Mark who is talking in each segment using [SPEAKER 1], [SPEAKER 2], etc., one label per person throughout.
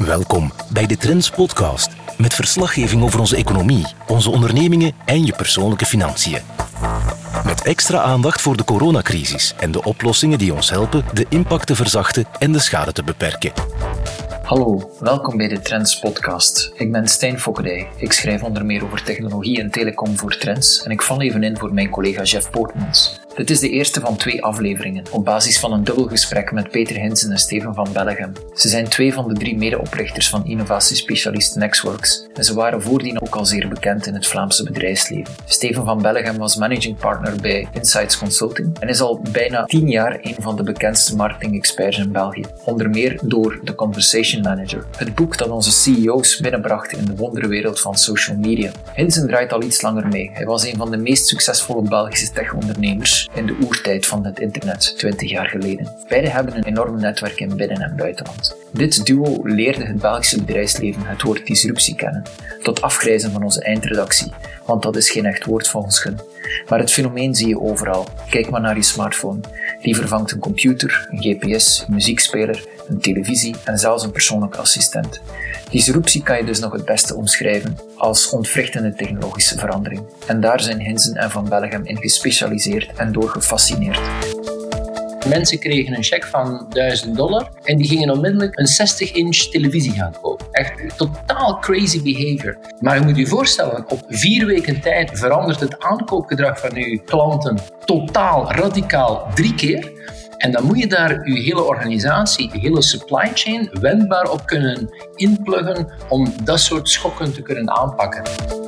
[SPEAKER 1] Welkom bij de Trends Podcast, met verslaggeving over onze economie, onze ondernemingen en je persoonlijke financiën. Met extra aandacht voor de coronacrisis en de oplossingen die ons helpen de impact te verzachten en de schade te beperken.
[SPEAKER 2] Hallo, welkom bij de Trends Podcast. Ik ben Stijn Fokkerdij. Ik schrijf onder meer over technologie en telecom voor Trends en ik val even in voor mijn collega Jeff Poortmans. Dit is de eerste van 2 afleveringen, op basis van een dubbel gesprek met Peter Hinsen en Steven van Bellegem. Ze zijn 2 van de 3 medeoprichters van innovatiespecialist Nextworks en ze waren voordien ook al zeer bekend in het Vlaamse bedrijfsleven. Steven van Bellegem was managing partner bij Insights Consulting en is al bijna 10 jaar een van de bekendste marketing-experts in België, onder meer door The Conversation Manager, het boek dat onze CEO's binnenbracht in de wonderenwereld van social media. Hinsen draait al iets langer mee. Hij was een van de meest succesvolle Belgische tech-ondernemers in de oertijd van het internet, 20 jaar geleden. Beiden hebben een enorm netwerk in binnen- en buitenland. Dit duo leerde het Belgische bedrijfsleven het woord disruptie kennen, tot afgrijzen van onze eindredactie, want dat is geen echt woord volgens hun. Maar het fenomeen zie je overal. Kijk maar naar je smartphone. Die vervangt een computer, een GPS, een muziekspeler, een televisie en zelfs een persoonlijke assistent. Disruptie kan je dus nog het beste omschrijven als ontwrichtende technologische verandering. En daar zijn Hinsen en Van Bellegem in gespecialiseerd en door gefascineerd.
[SPEAKER 3] Mensen kregen een cheque van $1000 en die gingen onmiddellijk een 60-inch televisie gaan kopen. Echt totaal crazy behavior. Maar je moet je voorstellen, op 4 weken tijd verandert het aankoopgedrag van je klanten totaal, radicaal 3 keer. En dan moet je daar je hele organisatie, je hele supply chain wendbaar op kunnen inpluggen om dat soort schokken te kunnen aanpakken.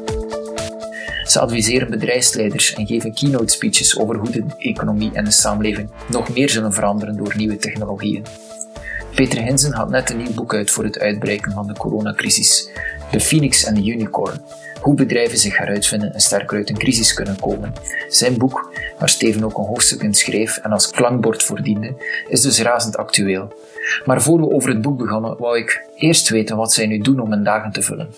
[SPEAKER 2] Ze adviseren bedrijfsleiders en geven keynote speeches over hoe de economie en de samenleving nog meer zullen veranderen door nieuwe technologieën. Peter Hinsen had net een nieuw boek uit voor het uitbreken van de coronacrisis. De Phoenix en de Unicorn. Hoe bedrijven zich heruitvinden en sterker uit een crisis kunnen komen. Zijn boek, waar Steven ook een hoofdstuk in schreef en als klankbord voor diende, is dus razend actueel. Maar voor we over het boek begonnen, wou ik eerst weten wat zij nu doen om hun dagen te vullen.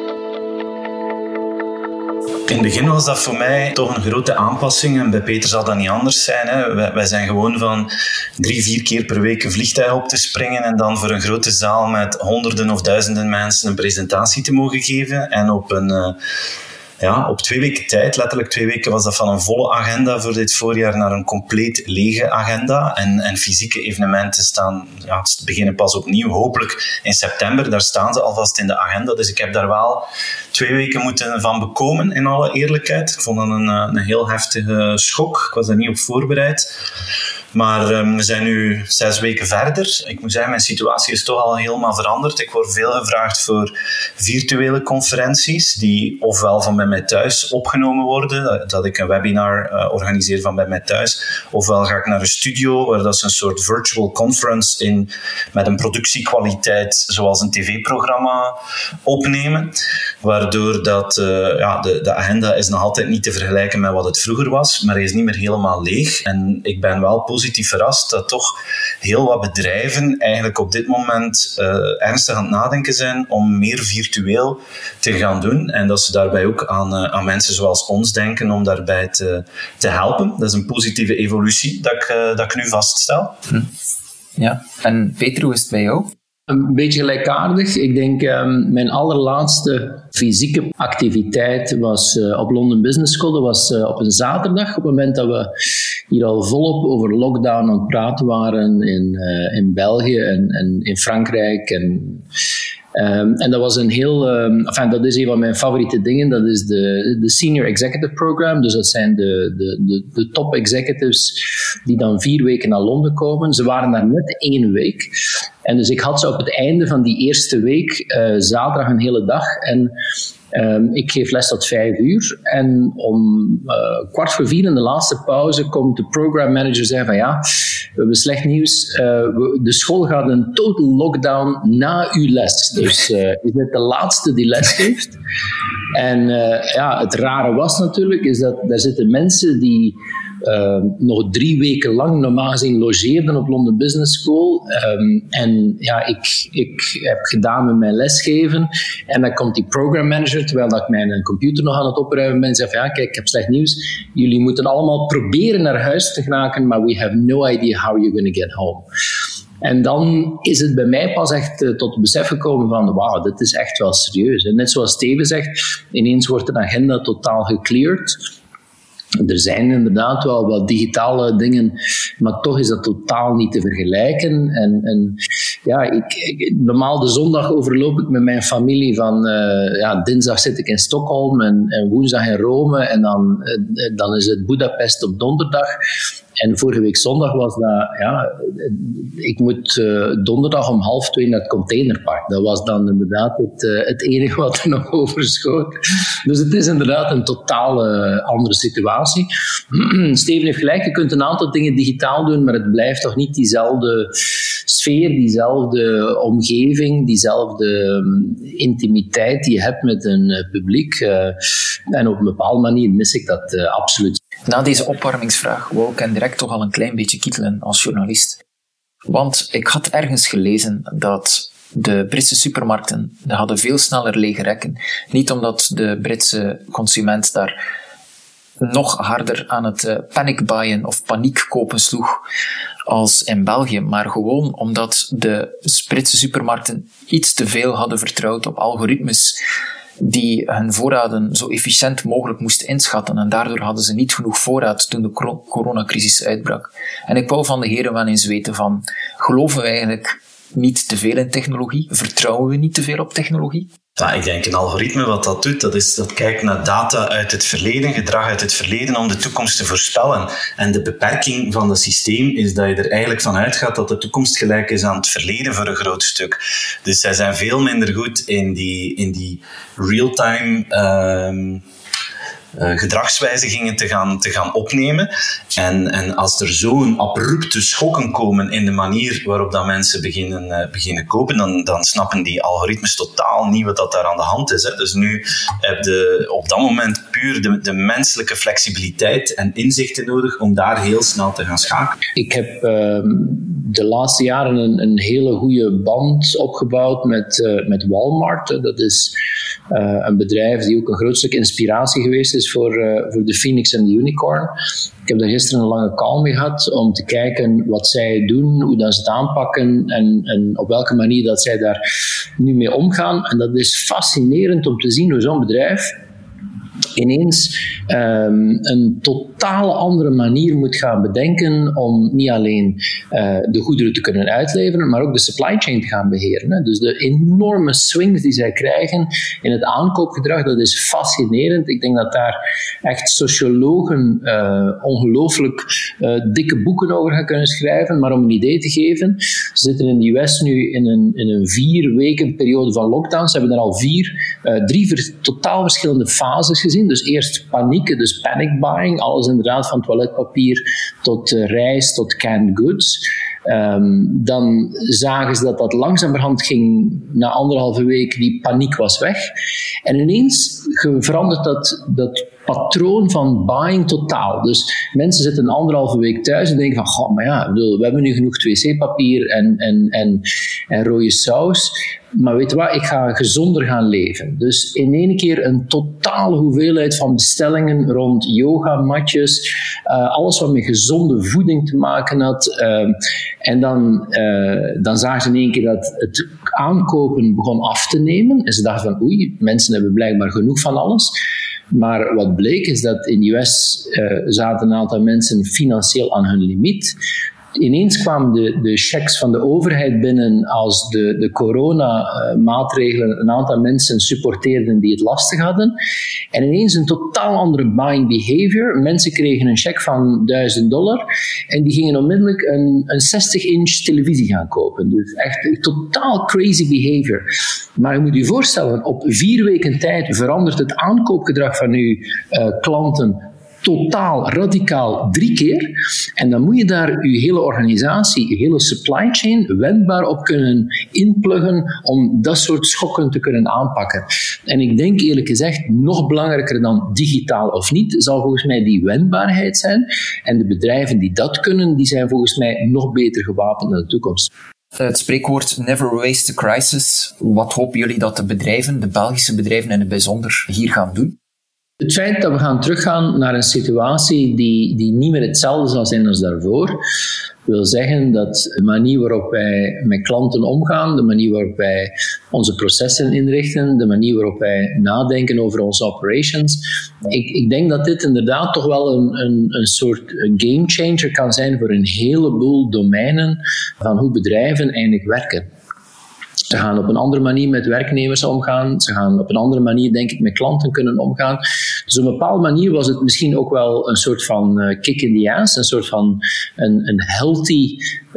[SPEAKER 4] In het begin was dat voor mij toch een grote aanpassing en bij Peter zal dat niet anders zijn. Hè. Wij zijn gewoon van 3-4 keer per week een vliegtuig op te springen en dan voor een grote zaal met honderden of duizenden mensen een presentatie te mogen geven. En op 2 weken tijd, letterlijk 2 weken, was dat van een volle agenda voor dit voorjaar naar een compleet lege agenda. En fysieke evenementen beginnen pas opnieuw, hopelijk in september. Daar staan ze alvast in de agenda. Dus ik heb daar wel 2 weken moeten van bekomen, in alle eerlijkheid. Ik vond dat een heel heftige schok. Ik was daar niet op voorbereid. Maar we zijn nu 6 weken verder. Ik moet zeggen, mijn situatie is toch al helemaal veranderd. Ik word veel gevraagd voor virtuele conferenties, die ofwel van bij mij thuis opgenomen worden, dat ik een webinar organiseer van bij mij thuis, ofwel ga ik naar een studio, waar dat is een soort virtual conference in, met een productiekwaliteit zoals een tv-programma opnemen, waardoor dat, de agenda is nog altijd niet te vergelijken met wat het vroeger was, maar hij is niet meer helemaal leeg. En ik ben wel positief verrast dat toch heel wat bedrijven eigenlijk op dit moment ernstig aan het nadenken zijn om meer virtueel te gaan doen en dat ze daarbij ook aan mensen zoals ons denken om daarbij te helpen. Dat is een positieve evolutie dat ik nu vaststel.
[SPEAKER 2] Ja, en Peter, hoe is het bij jou?
[SPEAKER 3] Een beetje gelijkaardig. Ik denk, mijn allerlaatste fysieke activiteit was op London Business School. Dat was op een zaterdag, op het moment dat we hier al volop over lockdown aan het praten waren in België en in Frankrijk. En dat was dat is een van mijn favoriete dingen. Dat is de Senior Executive Program. Dus dat zijn de top executives die dan 4 weken naar Londen komen. Ze waren daar net 1 week. En dus ik had ze op het einde van die eerste week, zaterdag een hele dag. En ik geef les tot 5 uur. En om 3:15 in de laatste pauze komt de program manager zeggen van ja, we hebben slecht nieuws. De school gaat een total lockdown na uw les. Dus je bent de laatste die les geeft. En het rare was natuurlijk, is dat daar zitten mensen die nog 3 weken lang normaal gezien logeerden op London Business School. Ik heb gedaan met mijn lesgeven. En dan komt die program manager, terwijl ik mijn computer nog aan het opruimen ben, en zegt van ja, kijk, ik heb slecht nieuws. Jullie moeten allemaal proberen naar huis te geraken, maar we have no idea how you're going to get home. En dan is het bij mij pas echt tot het besef gekomen van wauw, dit is echt wel serieus. En net zoals Steven zegt, ineens wordt de agenda totaal gecleared. Er zijn inderdaad wel wat digitale dingen, maar toch is dat totaal niet te vergelijken. En ja, normaal de zondag overloop ik met mijn familie van dinsdag zit ik in Stockholm en woensdag in Rome en dan is het Budapest op donderdag. En vorige week zondag was dat, ik moet donderdag om 1:30 naar het containerpark. Dat was dan inderdaad het enige wat er nog overschoot. Dus het is inderdaad een totaal andere situatie. Steven heeft gelijk, je kunt een aantal dingen digitaal doen, maar het blijft toch niet diezelfde sfeer, diezelfde omgeving, diezelfde intimiteit die je hebt met een publiek. En op een bepaalde manier mis ik dat absoluut.
[SPEAKER 2] Na deze opwarmingsvraag wou ik hen direct toch al een klein beetje kietelen als journalist. Want ik had ergens gelezen dat de Britse supermarkten hadden veel sneller lege rekken. Niet omdat de Britse consument daar nog harder aan het panic buyen of paniek kopen sloeg als in België, maar gewoon omdat de Britse supermarkten iets te veel hadden vertrouwd op algoritmes die hun voorraden zo efficiënt mogelijk moesten inschatten en daardoor hadden ze niet genoeg voorraad toen de coronacrisis uitbrak. En ik wou van de heren wel eens weten van, geloven we eigenlijk niet te veel in technologie? Vertrouwen we niet te veel op technologie?
[SPEAKER 4] Ja, ik denk een algoritme wat dat doet, dat kijkt naar data uit het verleden, gedrag uit het verleden om de toekomst te voorspellen. En de beperking van het systeem is dat je er eigenlijk van uitgaat dat de toekomst gelijk is aan het verleden voor een groot stuk. Dus zij zijn veel minder goed in die real-time gedragswijzigingen te gaan opnemen. En als er zo'n abrupte schokken komen in de manier waarop dat mensen beginnen kopen, dan snappen die algoritmes totaal niet wat dat daar aan de hand is. Hè. Dus nu heb je op dat moment puur de menselijke flexibiliteit en inzichten nodig om daar heel snel te gaan schakelen.
[SPEAKER 3] Ik heb de laatste jaren een hele goede band opgebouwd met Walmart. Dat is een bedrijf die ook een groot stuk inspiratie geweest is voor de Phoenix en de Unicorn. Ik heb daar gisteren een lange call mee gehad om te kijken wat zij doen, hoe dat ze het aanpakken en op welke manier dat zij daar nu mee omgaan. En dat is fascinerend om te zien hoe zo'n bedrijf ineens een totale andere manier moet gaan bedenken om niet alleen de goederen te kunnen uitleveren, maar ook de supply chain te gaan beheren. Hè. Dus de enorme swings die zij krijgen in het aankoopgedrag, dat is fascinerend. Ik denk dat daar echt sociologen ongelooflijk dikke boeken over gaan kunnen schrijven. Maar om een idee te geven, ze zitten in de US nu in een 4 weken periode van lockdown. Ze hebben er al 3 totaal verschillende fases gezien. Dus eerst panieken, dus panic buying, alles inderdaad van toiletpapier tot rijst tot canned goods. Dan zagen ze dat langzamerhand ging, na 1,5 week, die paniek was weg. En ineens verandert dat patroon van buying totaal. Dus mensen zitten 1,5 week thuis en denken van, goh, maar ja, we hebben nu genoeg wc-papier en rode saus. Maar weet je wat, ik ga gezonder gaan leven. Dus in één keer een totale hoeveelheid van bestellingen rond yogamatjes, alles wat met gezonde voeding te maken had. En dan zagen ze in één keer dat het aankopen begon af te nemen. En ze dachten van, oei, mensen hebben blijkbaar genoeg van alles. Maar wat bleek is dat in de US zaten een aantal mensen financieel aan hun limiet. Ineens kwamen de checks van de overheid binnen als de coronamaatregelen een aantal mensen supporteerden die het lastig hadden. En ineens een totaal andere buying behavior. Mensen kregen een cheque van $1000 en die gingen onmiddellijk een 60-inch televisie gaan kopen. Dus echt totaal crazy behavior. Maar je moet je voorstellen, op 4 weken tijd verandert het aankoopgedrag van uw klanten totaal, radicaal 3 keer. En dan moet je daar je hele organisatie, je hele supply chain wendbaar op kunnen inpluggen om dat soort schokken te kunnen aanpakken. En ik denk eerlijk gezegd, nog belangrijker dan digitaal of niet, zal volgens mij die wendbaarheid zijn. En de bedrijven die dat kunnen, die zijn volgens mij nog beter gewapend naar de toekomst.
[SPEAKER 2] Het spreekwoord never waste a crisis. Wat hopen jullie dat de bedrijven, de Belgische bedrijven in het bijzonder, hier gaan doen?
[SPEAKER 3] Het feit dat we gaan teruggaan naar een situatie die niet meer hetzelfde zal zijn als daarvoor, wil zeggen dat de manier waarop wij met klanten omgaan, de manier waarop wij onze processen inrichten, de manier waarop wij nadenken over onze operations. Ik denk dat dit inderdaad toch wel een soort gamechanger kan zijn voor een heleboel domeinen van hoe bedrijven eigenlijk werken. Ze gaan op een andere manier met werknemers omgaan. Ze gaan op een andere manier, denk ik, met klanten kunnen omgaan. Dus op een bepaalde manier was het misschien ook wel een soort van kick in the ass. Een soort van een healthy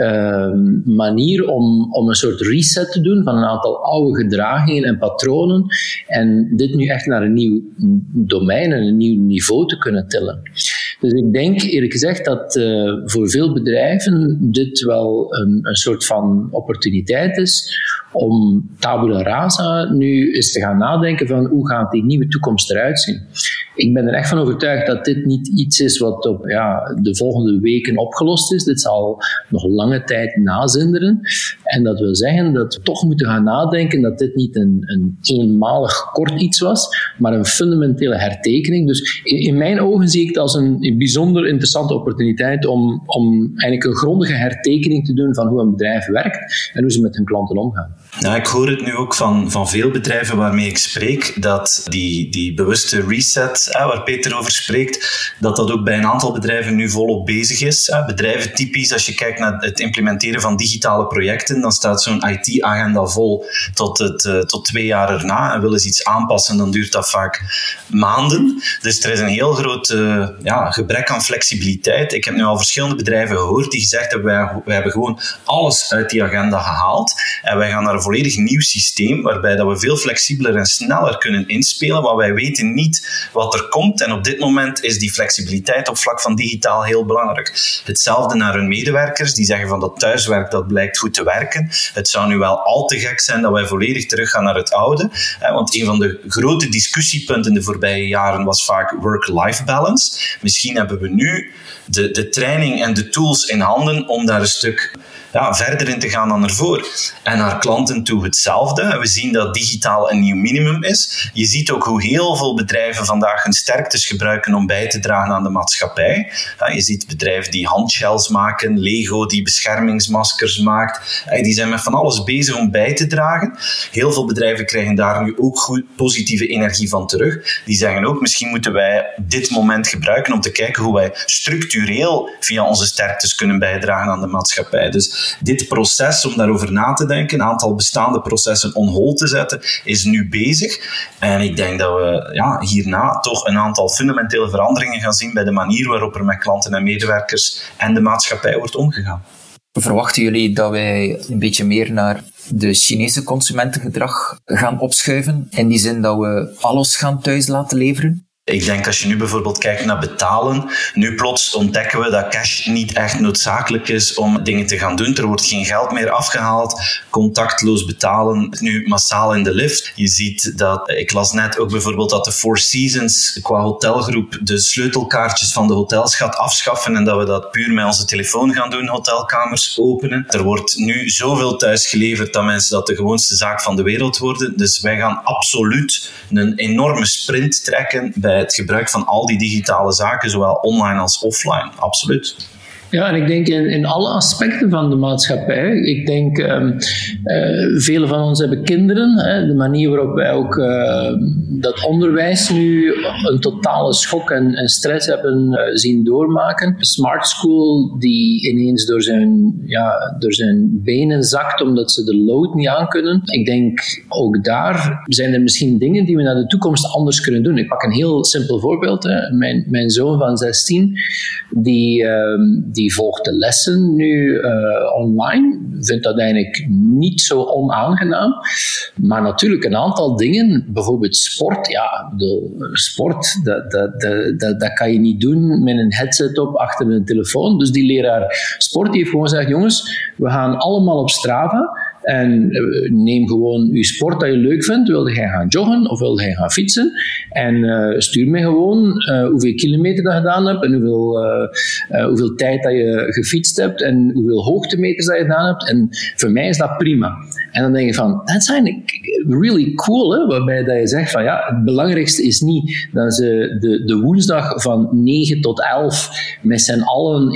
[SPEAKER 3] manier om een soort reset te doen van een aantal oude gedragingen en patronen. En dit nu echt naar een nieuw domein en een nieuw niveau te kunnen tillen. Dus ik denk eerlijk gezegd dat voor veel bedrijven dit wel een soort van opportuniteit is om tabula rasa nu eens te gaan nadenken van hoe gaat die nieuwe toekomst eruit zien. Ik ben er echt van overtuigd dat dit niet iets is wat op de volgende weken opgelost is. Dit zal nog lange tijd nazinderen. En dat wil zeggen dat we toch moeten gaan nadenken dat dit niet een eenmalig kort iets was, maar een fundamentele hertekening. Dus in mijn ogen zie ik het als een bijzonder interessante opportuniteit om eigenlijk een grondige hertekening te doen van hoe een bedrijf werkt en hoe ze met hun klanten omgaan.
[SPEAKER 4] Ja, ik hoor het nu ook van veel bedrijven waarmee ik spreek, dat die bewuste reset, waar Peter over spreekt, dat ook bij een aantal bedrijven nu volop bezig is. Bedrijven typisch, als je kijkt naar het implementeren van digitale projecten, dan staat zo'n IT-agenda vol tot 2 jaar erna. En willen ze iets aanpassen, dan duurt dat vaak maanden. Dus er is een heel groot gebrek aan flexibiliteit. Ik heb nu al verschillende bedrijven gehoord die gezegd hebben, wij hebben gewoon alles uit die agenda gehaald en wij gaan naar een volledig nieuw systeem, waarbij dat we veel flexibeler en sneller kunnen inspelen, want wij weten niet wat er komt. En op dit moment is die flexibiliteit op vlak van digitaal heel belangrijk. Hetzelfde naar hun medewerkers, die zeggen van dat thuiswerk, dat blijkt goed te werken. Het zou nu wel al te gek zijn dat wij volledig teruggaan naar het oude. Want een van de grote discussiepunten de voorbije jaren was vaak work-life balance. Misschien hebben we nu de training en de tools in handen om daar een stuk verder in te gaan dan ervoor. En naar klanten toe hetzelfde. We zien dat digitaal een nieuw minimum is. Je ziet ook hoe heel veel bedrijven vandaag hun sterktes gebruiken om bij te dragen aan de maatschappij. Je ziet bedrijven die handshells maken, Lego die beschermingsmaskers maakt. Die zijn met van alles bezig om bij te dragen. Heel veel bedrijven krijgen daar nu ook goed positieve energie van terug. Die zeggen ook, misschien moeten wij dit moment gebruiken om te kijken hoe wij structureel via onze sterktes kunnen bijdragen aan de maatschappij. Dus dit proces om daarover na te denken, een aantal bestaande processen on hold te zetten, is nu bezig. En ik denk dat we hierna toch een aantal fundamentele veranderingen gaan zien bij de manier waarop er met klanten en medewerkers en de maatschappij wordt omgegaan.
[SPEAKER 2] Verwachten jullie dat wij een beetje meer naar de Chinese consumentengedrag gaan opschuiven? In die zin dat we alles gaan thuis laten leveren?
[SPEAKER 4] Ik denk als je nu bijvoorbeeld kijkt naar betalen, nu plots ontdekken we dat cash niet echt noodzakelijk is om dingen te gaan doen. Er wordt geen geld meer afgehaald, contactloos betalen nu massaal in de lift. Je ziet dat, ik las net ook bijvoorbeeld dat de Four Seasons qua hotelgroep de sleutelkaartjes van de hotels gaat afschaffen en dat we dat puur met onze telefoon gaan doen, hotelkamers openen. Er wordt nu zoveel thuis geleverd dat mensen dat de gewoonste zaak van de wereld worden. Dus wij gaan absoluut een enorme sprint trekken bij het gebruik van al die digitale zaken, zowel online als offline. Absoluut.
[SPEAKER 3] Ja, en ik denk in alle aspecten van de maatschappij. Ik denk, velen van ons hebben kinderen. De manier waarop wij ook dat onderwijs nu een totale schok en stress hebben zien doormaken. Smart School die ineens door zijn benen zakt omdat ze de load niet aankunnen. Ik denk, ook daar zijn er misschien dingen die we naar de toekomst anders kunnen doen. Ik pak een heel simpel voorbeeld. Mijn zoon van 16, die volgt de lessen nu online. Vindt dat eigenlijk niet zo onaangenaam. Maar natuurlijk een aantal dingen, bijvoorbeeld sport. Ja, sport, dat kan je niet doen met een headset op achter een telefoon. Dus die leraar sport die heeft gewoon gezegd, jongens, we gaan allemaal op Strava. En neem gewoon je sport dat je leuk vindt. Wilde jij gaan joggen of wilde jij gaan fietsen? En stuur me gewoon hoeveel kilometer dat je gedaan hebt en hoeveel tijd dat je gefietst hebt en hoeveel hoogtemeters dat je gedaan hebt. En voor mij is dat prima. En dan denk je van, dat is eigenlijk really cool, hè? Waarbij dat je zegt van ja, het belangrijkste is niet dat ze de woensdag van 9 tot 11 met z'n allen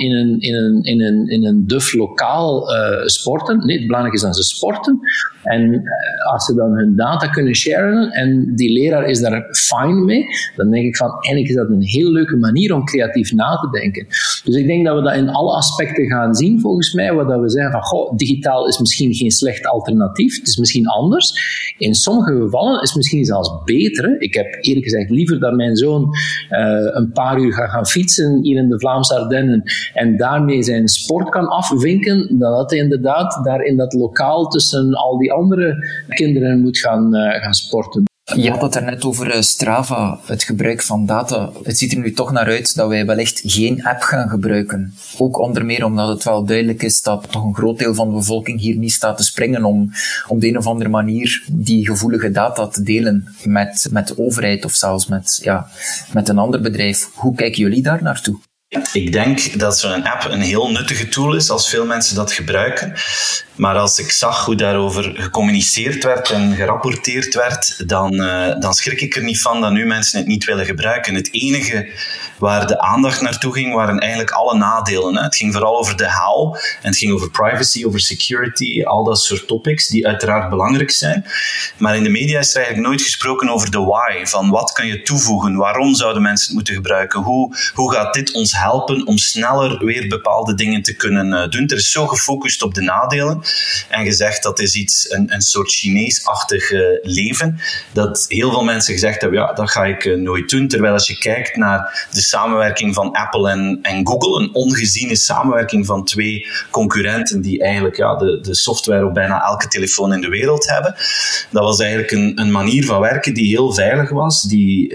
[SPEAKER 3] in een duf lokaal sporten. Nee, het belangrijke is dat ze sporten. En als ze dan hun data kunnen sharen en die leraar is daar fine mee, dan denk ik van, eigenlijk is dat een heel leuke manier om creatief na te denken. Dus ik denk dat we dat in alle aspecten gaan zien, volgens mij, waar dat we zeggen van, goh, digitaal is misschien geen slecht alternatief, het is misschien anders. In sommige gevallen is het misschien zelfs beter. Hè? Ik heb eerlijk gezegd liever dat mijn zoon een paar uur gaat gaan fietsen hier in de Vlaamse Ardennen en daarmee zijn sport kan afvinken, dan dat hij inderdaad daar in dat lokaal tussen al die andere kinderen moet gaan sporten.
[SPEAKER 2] Je had het daarnet over Strava, het gebruik van data. Het ziet er nu toch naar uit dat wij wellicht geen app gaan gebruiken. Ook onder meer omdat het wel duidelijk is dat toch een groot deel van de bevolking hier niet staat te springen om op de een of andere manier die gevoelige data te delen met de overheid of zelfs met een ander bedrijf. Hoe kijken jullie daar naartoe?
[SPEAKER 4] Ik denk dat zo'n app een heel nuttige tool is als veel mensen dat gebruiken. Maar als ik zag hoe daarover gecommuniceerd werd en gerapporteerd werd, dan schrik ik er niet van dat nu mensen het niet willen gebruiken. Het enige waar de aandacht naartoe ging, waren eigenlijk alle nadelen. Het ging vooral over de how, en het ging over privacy, over security, al dat soort topics die uiteraard belangrijk zijn. Maar in de media is er eigenlijk nooit gesproken over de why, van wat kan je toevoegen, waarom zouden mensen het moeten gebruiken, hoe gaat dit ons helpen om sneller weer bepaalde dingen te kunnen doen. Er is zo gefocust op de nadelen en gezegd dat is iets, een soort Chinees-achtig leven, dat heel veel mensen gezegd hebben, ja, dat ga ik nooit doen. Terwijl als je kijkt naar de samenwerking van Apple en Google, een ongeziene samenwerking van twee concurrenten die eigenlijk de software op bijna elke telefoon in de wereld hebben, dat was eigenlijk een manier van werken die heel veilig was, die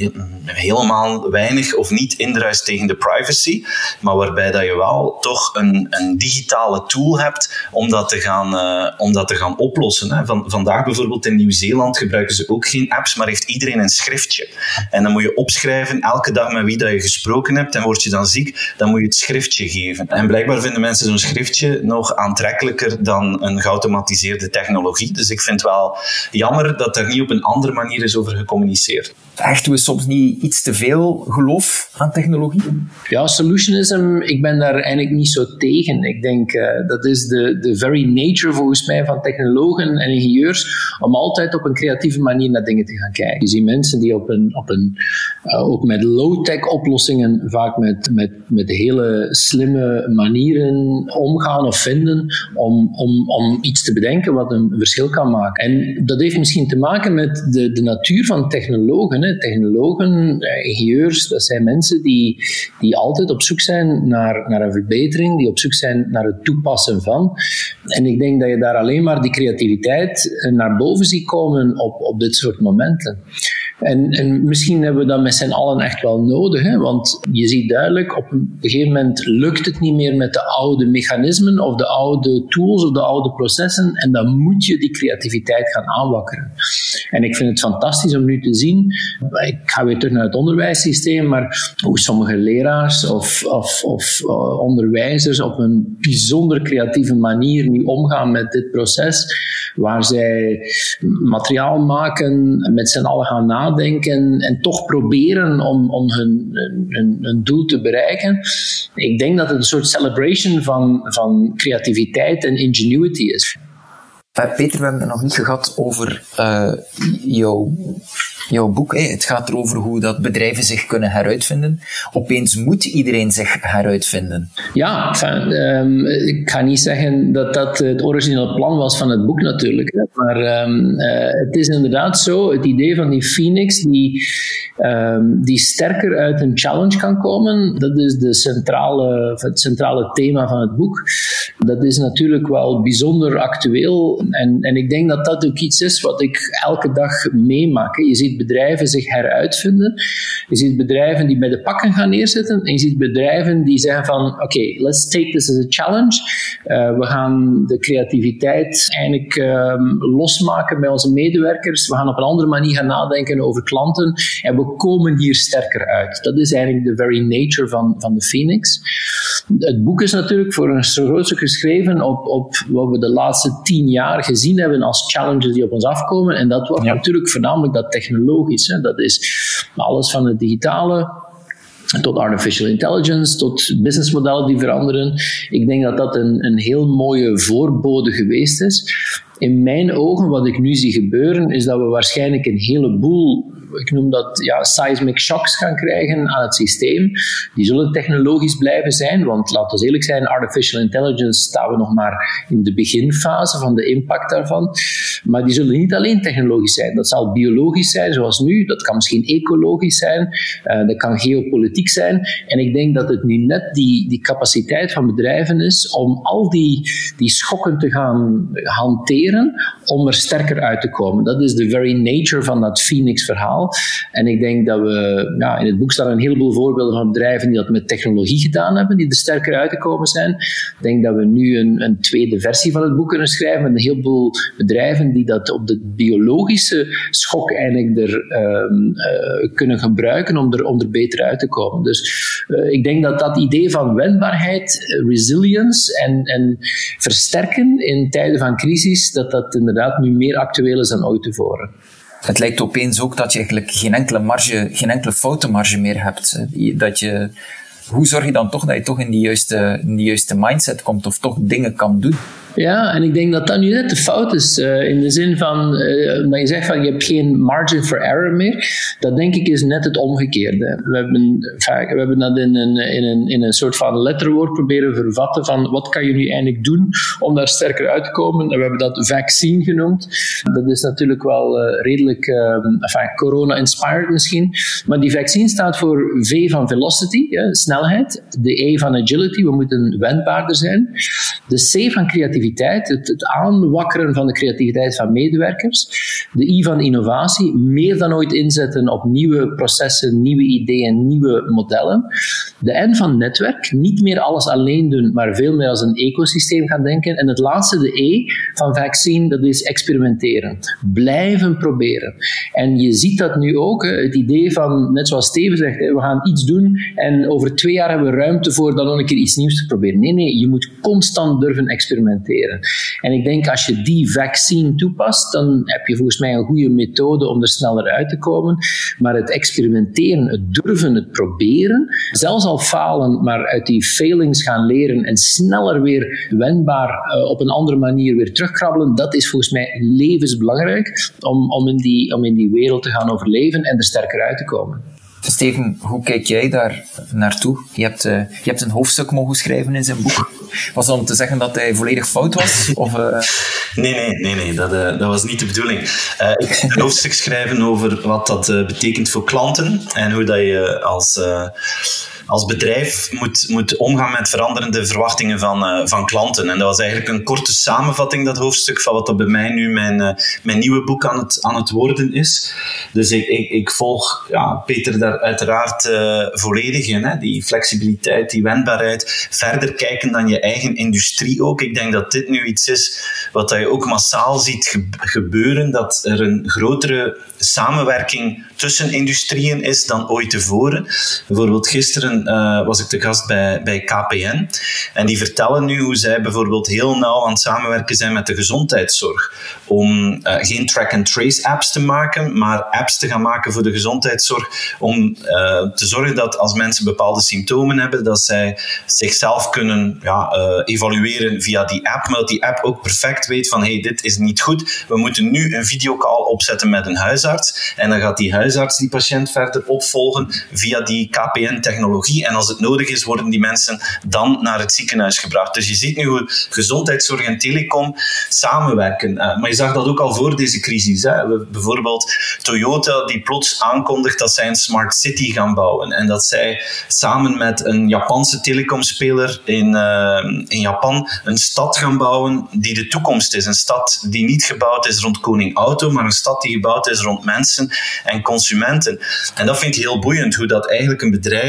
[SPEAKER 4] helemaal weinig of niet indruist tegen de privacy, maar waarbij dat je wel toch een digitale tool hebt om dat te gaan oplossen. Hè. Vandaag bijvoorbeeld in Nieuw-Zeeland gebruiken ze ook geen apps, maar heeft iedereen een schriftje. En dan moet je opschrijven elke dag met wie dat je gesproken hebt en word je dan ziek, dan moet je het schriftje geven. En blijkbaar vinden mensen zo'n schriftje nog aantrekkelijker dan een geautomatiseerde technologie. Dus ik vind het wel jammer dat er niet op een andere manier is over gecommuniceerd.
[SPEAKER 2] Hechten we soms niet iets te veel geloof aan technologie?
[SPEAKER 3] Ja, solutionism, ik ben daar eigenlijk niet zo tegen. Ik denk, dat is de very nature volgens mij van technologen en ingenieurs, om altijd op een creatieve manier naar dingen te gaan kijken. Je ziet mensen die ook met low-tech oplossingen vaak met hele slimme manieren omgaan of vinden om iets te bedenken wat een verschil kan maken. En dat heeft misschien te maken met de natuur van technologen. Hè. Technologen, ingenieurs, dat zijn mensen die altijd op zoek zijn naar een verbetering, die op zoek zijn naar het toepassen van. En ik denk dat je daar alleen maar die creativiteit naar boven ziet komen op dit soort momenten. En misschien hebben we dat met z'n allen echt wel nodig, hè? Want je ziet duidelijk, op een gegeven moment lukt het niet meer met de oude mechanismen of de oude tools of de oude processen en dan moet je die creativiteit gaan aanwakkeren. En ik vind het fantastisch om nu te zien, ik ga weer terug naar het onderwijssysteem, maar hoe sommige leraars of onderwijzers op een bijzonder creatieve manier nu omgaan met dit proces, waar zij materiaal maken, met z'n allen gaan nadenken en toch proberen om hun doel te bereiken. Ik denk dat het een soort celebration van creativiteit en ingenuity is.
[SPEAKER 2] Peter, we hebben het nog niet gehad over jouw boek. Het gaat erover hoe dat bedrijven zich kunnen heruitvinden. Opeens moet iedereen zich heruitvinden.
[SPEAKER 3] Ja, ik ga niet zeggen dat het originele plan was van het boek natuurlijk. Hè. Maar het is inderdaad zo, het idee van die Phoenix die sterker uit een challenge kan komen, dat is het centrale thema van het boek. Dat is natuurlijk wel bijzonder actueel en ik denk dat dat ook iets is wat ik elke dag meemaak. Je ziet bedrijven zich heruitvinden, je ziet bedrijven die bij de pakken gaan neerzetten en je ziet bedrijven die zeggen van oké, let's take this as a challenge. We gaan de creativiteit eigenlijk losmaken bij onze medewerkers. We gaan op een andere manier gaan nadenken over klanten en we komen hier sterker uit. Dat is eigenlijk de very nature van de Phoenix. Het boek is natuurlijk voor een groot stuk geschreven op wat we de laatste 10 jaar gezien hebben als challenges die op ons afkomen. En dat was natuurlijk voornamelijk dat technologisch. Dat is alles van het digitale tot artificial intelligence, tot businessmodellen die veranderen. Ik denk dat dat een heel mooie voorbode geweest is. In mijn ogen, wat ik nu zie gebeuren, is dat we waarschijnlijk een heleboel, ik noem dat seismic shocks gaan krijgen aan het systeem. Die zullen technologisch blijven zijn, want laten we eerlijk zijn, artificial intelligence staan we nog maar in de beginfase van de impact daarvan. Maar die zullen niet alleen technologisch zijn. Dat zal biologisch zijn, zoals nu. Dat kan misschien ecologisch zijn. Dat kan geopolitiek zijn. En ik denk dat het nu net die capaciteit van bedrijven is om al die schokken te gaan hanteren, om er sterker uit te komen. Dat is de very nature van dat Phoenix-verhaal. En ik denk dat we, in het boek staan een heleboel voorbeelden van bedrijven die dat met technologie gedaan hebben, die er sterker uitgekomen zijn. Ik denk dat we nu een tweede versie van het boek kunnen schrijven met een heleboel bedrijven die dat op de biologische schok eigenlijk kunnen gebruiken om er beter uit te komen. Dus ik denk dat dat idee van wendbaarheid, resilience en versterken in tijden van crisis, dat inderdaad nu meer actueel is dan ooit tevoren.
[SPEAKER 2] Het lijkt opeens ook dat je eigenlijk geen enkele foutenmarge meer hebt. Hoe zorg je dan toch dat je toch in die juiste mindset komt of toch dingen kan doen?
[SPEAKER 3] Ja, en ik denk dat dat nu net de fout is. In de zin van, dat je zegt van je hebt geen margin for error meer. Dat denk ik is net het omgekeerde. We hebben dat in een soort van letterwoord proberen vervatten van wat kan je nu eigenlijk doen om daar sterker uit te komen. En we hebben dat vaccine genoemd. Dat is natuurlijk wel redelijk corona-inspired misschien. Maar die vaccine staat voor V van velocity, snelheid. De E van agility, we moeten wendbaarder zijn. De C van creativiteit, het aanwakkeren van de creativiteit van medewerkers. De I van innovatie, meer dan ooit inzetten op nieuwe processen, nieuwe ideeën, nieuwe modellen. De N van netwerk, niet meer alles alleen doen, maar veel meer als een ecosysteem gaan denken. En het laatste, de E van vaccine, dat is experimenteren. Blijven proberen. En je ziet dat nu ook, het idee van, net zoals Steven zegt, we gaan iets doen en over 2 jaar hebben we ruimte voor dan nog een keer iets nieuws te proberen. Nee, je moet constant durven experimenteren. En ik denk, als je die vaccine toepast, dan heb je volgens mij een goede methode om er sneller uit te komen. Maar het experimenteren, het durven, het proberen, zelfs al falen, maar uit die failings gaan leren en sneller weer wendbaar op een andere manier weer terugkrabbelen, dat is volgens mij levensbelangrijk om in die wereld te gaan overleven en er sterker uit te komen.
[SPEAKER 2] Steven, hoe kijk jij daar naartoe? Je hebt een hoofdstuk mogen schrijven in zijn boek. Was dat om te zeggen dat hij volledig fout was? Of,
[SPEAKER 4] Nee, dat was niet de bedoeling. Ik ga een hoofdstuk schrijven over wat dat betekent voor klanten en hoe dat je als bedrijf moet omgaan met veranderende verwachtingen van klanten. En dat was eigenlijk een korte samenvatting, dat hoofdstuk, van wat dat bij mij nu mijn nieuwe boek aan het worden is. Dus ik volg Peter daar uiteraard volledig in. Hè? Die flexibiliteit, die wendbaarheid, verder kijken dan je eigen industrie ook. Ik denk dat dit nu iets is wat je ook massaal ziet gebeuren, dat er een grotere samenwerking tussen industrieën is dan ooit tevoren. Bijvoorbeeld gisteren was ik te gast bij KPN en die vertellen nu hoe zij bijvoorbeeld heel nauw aan het samenwerken zijn met de gezondheidszorg om geen track-and-trace apps te maken, maar apps te gaan maken voor de gezondheidszorg om te zorgen dat als mensen bepaalde symptomen hebben, dat zij zichzelf kunnen evalueren via die app, maar dat die app ook perfect weet van dit is niet goed, we moeten nu een videocall opzetten met een huisarts en dan gaat die huisarts die patiënt verder opvolgen via die KPN-technologie en als het nodig is, worden die mensen dan naar het ziekenhuis gebracht. Dus je ziet nu hoe gezondheidszorg en telecom samenwerken. Maar je zag dat ook al voor deze crisis. Hè. Bijvoorbeeld Toyota die plots aankondigt dat zij een smart city gaan bouwen en dat zij samen met een Japanse telecomspeler in Japan een stad gaan bouwen die de toekomst is. Een stad die niet gebouwd is rond koning auto, maar een stad die gebouwd is rond mensen en consumenten. En dat vind ik heel boeiend, hoe dat eigenlijk een bedrijf dat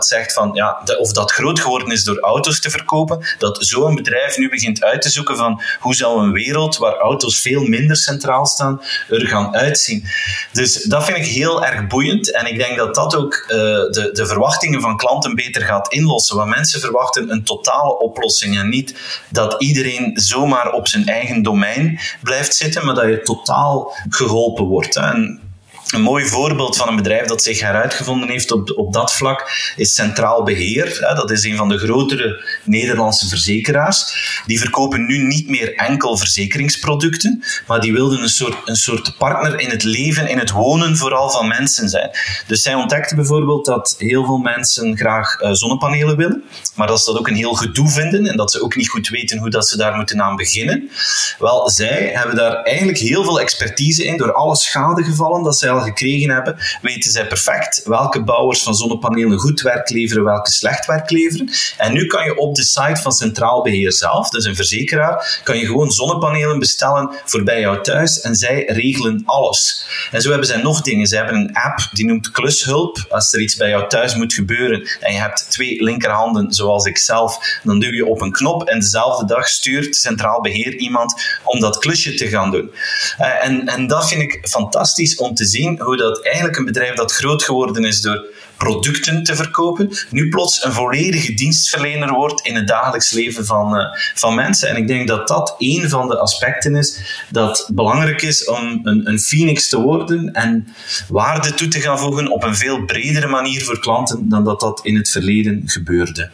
[SPEAKER 4] dat zegt van, of dat groot geworden is door auto's te verkopen, dat zo'n bedrijf nu begint uit te zoeken van hoe zou een wereld waar auto's veel minder centraal staan er gaan uitzien. Dus dat vind ik heel erg boeiend en ik denk dat dat ook de verwachtingen van klanten beter gaat inlossen. Want mensen verwachten een totale oplossing en niet dat iedereen zomaar op zijn eigen domein blijft zitten, maar dat je totaal geholpen wordt. En een mooi voorbeeld van een bedrijf dat zich heruitgevonden heeft op dat vlak is Centraal Beheer. Dat is een van de grotere Nederlandse verzekeraars. Die verkopen nu niet meer enkel verzekeringsproducten, maar die wilden een soort partner in het leven, in het wonen vooral van mensen zijn. Dus zij ontdekten bijvoorbeeld dat heel veel mensen graag zonnepanelen willen, maar dat ze dat ook een heel gedoe vinden en dat ze ook niet goed weten hoe dat ze daar moeten aan beginnen. Wel, zij hebben daar eigenlijk heel veel expertise in. Door alle schadegevallen dat zij al gekregen hebben, weten zij perfect welke bouwers van zonnepanelen goed werk leveren, welke slecht werk leveren. En nu kan je op de site van Centraal Beheer zelf, dus een verzekeraar, kan je gewoon zonnepanelen bestellen voor bij jou thuis en zij regelen alles. En zo hebben zij nog dingen. Zij hebben een app die noemt Klushulp. Als er iets bij jou thuis moet gebeuren en je hebt 2 linkerhanden, zoals ik zelf, dan duw je op een knop en dezelfde dag stuurt Centraal Beheer iemand om dat klusje te gaan doen. En dat vind ik fantastisch om te zien hoe dat eigenlijk een bedrijf dat groot geworden is door producten te verkopen, nu plots een volledige dienstverlener wordt in het dagelijks leven van mensen. En ik denk dat dat een van de aspecten is dat belangrijk is om een Phoenix te worden en waarde toe te gaan voegen op een veel bredere manier voor klanten dan dat in het verleden gebeurde.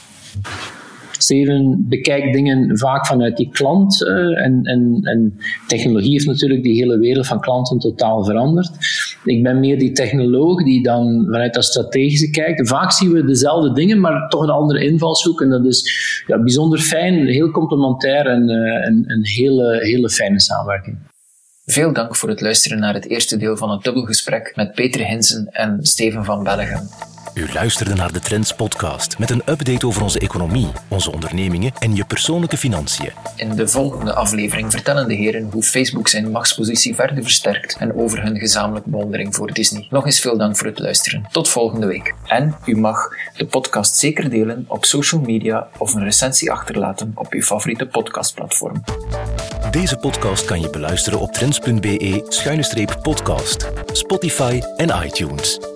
[SPEAKER 3] Steven bekijkt dingen vaak vanuit die klant en technologie heeft natuurlijk die hele wereld van klanten totaal veranderd. Ik ben meer die technoloog die dan vanuit dat strategische kijkt. Vaak zien we dezelfde dingen, maar toch een andere invalshoek en dat is bijzonder fijn, heel complementair en een hele fijne samenwerking.
[SPEAKER 2] Veel dank voor het luisteren naar het eerste deel van het dubbelgesprek met Peter Hinsen en Steven van Bellegem.
[SPEAKER 1] U luisterde naar de Trends podcast met een update over onze economie, onze ondernemingen en je persoonlijke financiën.
[SPEAKER 2] In de volgende aflevering vertellen de heren hoe Facebook zijn machtspositie verder versterkt en over hun gezamenlijke bewondering voor Disney. Nog eens veel dank voor het luisteren. Tot volgende week. En u mag de podcast zeker delen op social media of een recensie achterlaten op uw favoriete podcastplatform.
[SPEAKER 1] Deze podcast kan je beluisteren op trends.be/podcast, Spotify en iTunes.